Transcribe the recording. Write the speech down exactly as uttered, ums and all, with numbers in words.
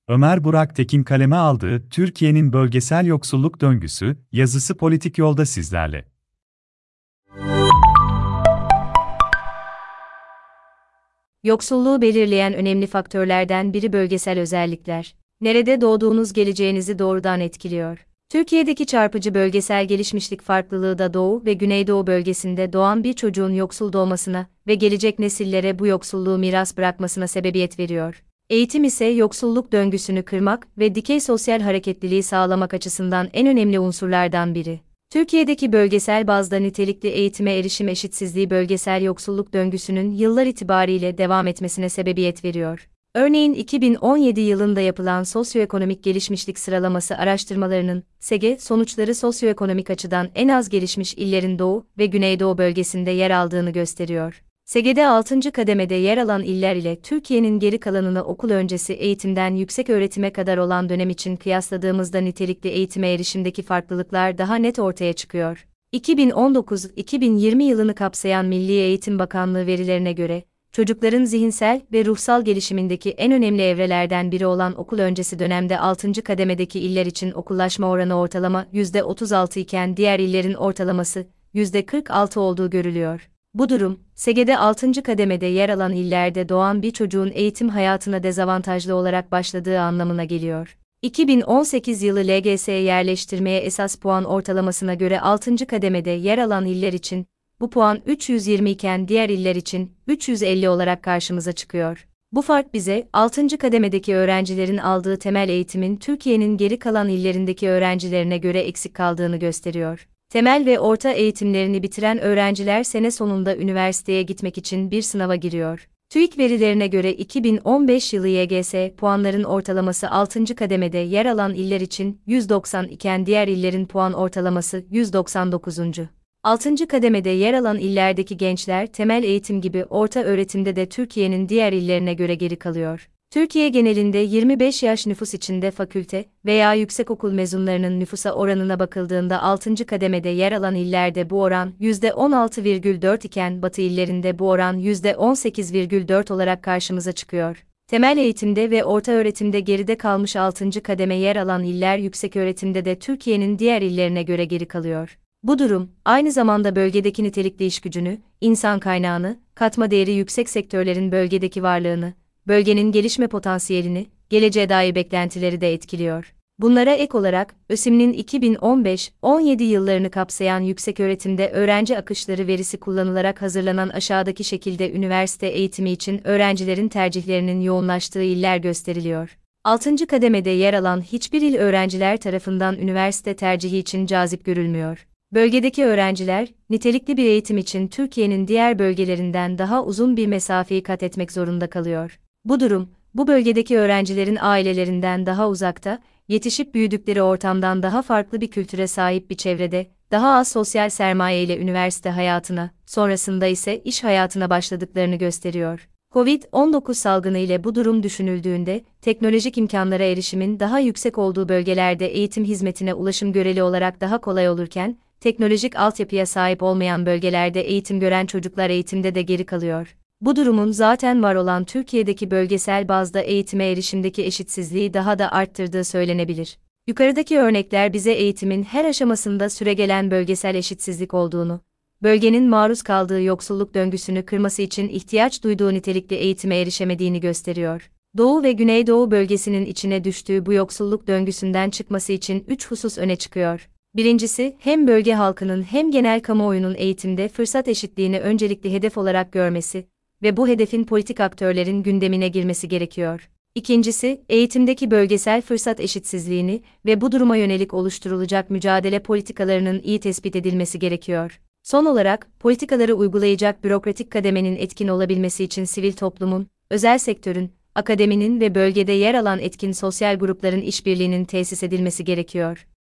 Ömer Burak Tekin kaleme aldığı Türkiye'nin Bölgesel Yoksulluk Döngüsü yazısı politik yolda sizlerle. Yoksulluğu belirleyen önemli faktörlerden biri bölgesel özellikler. Nerede doğduğunuz geleceğinizi doğrudan etkiliyor. Türkiye'deki çarpıcı bölgesel gelişmişlik farklılığı da Doğu ve Güneydoğu bölgesinde doğan bir çocuğun yoksul doğmasına ve gelecek nesillere bu yoksulluğu miras bırakmasına sebebiyet veriyor. Eğitim ise yoksulluk döngüsünü kırmak ve dikey sosyal hareketliliği sağlamak açısından en önemli unsurlardan biri. Türkiye'deki bölgesel bazda nitelikli eğitime erişim eşitsizliği bölgesel yoksulluk döngüsünün yıllar itibariyle devam etmesine sebebiyet veriyor. Örneğin iki bin on yedi yılında yapılan sosyoekonomik gelişmişlik sıralaması araştırmalarının S E G E sonuçları sosyoekonomik açıdan en az gelişmiş illerin Doğu ve Güneydoğu bölgesinde yer aldığını gösteriyor. S E G E'de altıncı kademede yer alan iller ile Türkiye'nin geri kalanını okul öncesi eğitimden yükseköğretime kadar olan dönem için kıyasladığımızda nitelikli eğitime erişimdeki farklılıklar daha net ortaya çıkıyor. iki bin on dokuz iki bin yirmi yılını kapsayan Milli Eğitim Bakanlığı verilerine göre, çocukların zihinsel ve ruhsal gelişimindeki en önemli evrelerden biri olan okul öncesi dönemde altıncı kademedeki iller için okullaşma oranı ortalama yüzde otuz altı iken diğer illerin ortalaması yüzde kırk altı olduğu görülüyor. Bu durum, S E G E'de altıncı kademede yer alan illerde doğan bir çocuğun eğitim hayatına dezavantajlı olarak başladığı anlamına geliyor. iki bin on sekiz yılı L G S'ye yerleştirmeye esas puan ortalamasına göre altıncı kademede yer alan iller için, bu puan üç yüz yirmi iken diğer iller için üç yüz elli olarak karşımıza çıkıyor. Bu fark bize, altıncı kademedeki öğrencilerin aldığı temel eğitimin Türkiye'nin geri kalan illerindeki öğrencilerine göre eksik kaldığını gösteriyor. Temel ve orta eğitimlerini bitiren öğrenciler sene sonunda üniversiteye gitmek için bir sınava giriyor. TÜİK verilerine göre iki bin on beş yılı Y G S puanların ortalaması altıncı kademede yer alan iller için yüz doksan iken diğer illerin puan ortalaması yüz doksan dokuzuncu altıncı kademede yer alan illerdeki gençler temel eğitim gibi orta öğretimde de Türkiye'nin diğer illerine göre geri kalıyor. Türkiye genelinde yirmi beş yaş nüfus içinde fakülte veya yüksekokul mezunlarının nüfusa oranına bakıldığında altıncı kademede yer alan illerde bu oran yüzde on altı virgül dört iken Batı illerinde bu oran yüzde on sekiz virgül dört olarak karşımıza çıkıyor. Temel eğitimde ve orta öğretimde geride kalmış altıncı kademe yer alan iller yükseköğretimde de Türkiye'nin diğer illerine göre geri kalıyor. Bu durum, aynı zamanda bölgedeki nitelikli işgücünü, insan kaynağını, katma değeri yüksek sektörlerin bölgedeki varlığını, bölgenin gelişme potansiyelini, geleceğe dair beklentileri de etkiliyor. Bunlara ek olarak, ÖSİM'nin iki bin on beş on yedi yıllarını kapsayan yükseköğretimde öğrenci akışları verisi kullanılarak hazırlanan aşağıdaki şekilde üniversite eğitimi için öğrencilerin tercihlerinin yoğunlaştığı iller gösteriliyor. altıncı kademede yer alan hiçbir il öğrenciler tarafından üniversite tercihi için cazip görülmüyor. Bölgedeki öğrenciler, nitelikli bir eğitim için Türkiye'nin diğer bölgelerinden daha uzun bir mesafeyi kat etmek zorunda kalıyor. Bu durum, bu bölgedeki öğrencilerin ailelerinden daha uzakta, yetişip büyüdükleri ortamdan daha farklı bir kültüre sahip bir çevrede, daha az sosyal sermaye ile üniversite hayatına, sonrasında ise iş hayatına başladıklarını gösteriyor. kovid on dokuz salgını ile bu durum düşünüldüğünde, teknolojik imkanlara erişimin daha yüksek olduğu bölgelerde eğitim hizmetine ulaşım göreli olarak daha kolay olurken, teknolojik altyapıya sahip olmayan bölgelerde eğitim gören çocuklar eğitimde de geri kalıyor. Bu durumun zaten var olan Türkiye'deki bölgesel bazda eğitime erişimdeki eşitsizliği daha da arttırdığı söylenebilir. Yukarıdaki örnekler bize eğitimin her aşamasında süregelen bölgesel eşitsizlik olduğunu, bölgenin maruz kaldığı yoksulluk döngüsünü kırması için ihtiyaç duyduğu nitelikli eğitime erişemediğini gösteriyor. Doğu ve Güneydoğu bölgesinin içine düştüğü bu yoksulluk döngüsünden çıkması için üç husus öne çıkıyor. Birincisi, hem bölge halkının hem genel kamuoyunun eğitimde fırsat eşitliğini öncelikli hedef olarak görmesi ve bu hedefin politik aktörlerin gündemine girmesi gerekiyor. İkincisi, eğitimdeki bölgesel fırsat eşitsizliğini ve bu duruma yönelik oluşturulacak mücadele politikalarının iyi tespit edilmesi gerekiyor. Son olarak, politikaları uygulayacak bürokratik kademenin etkin olabilmesi için sivil toplumun, özel sektörün, akademinin ve bölgede yer alan etkin sosyal grupların işbirliğinin tesis edilmesi gerekiyor.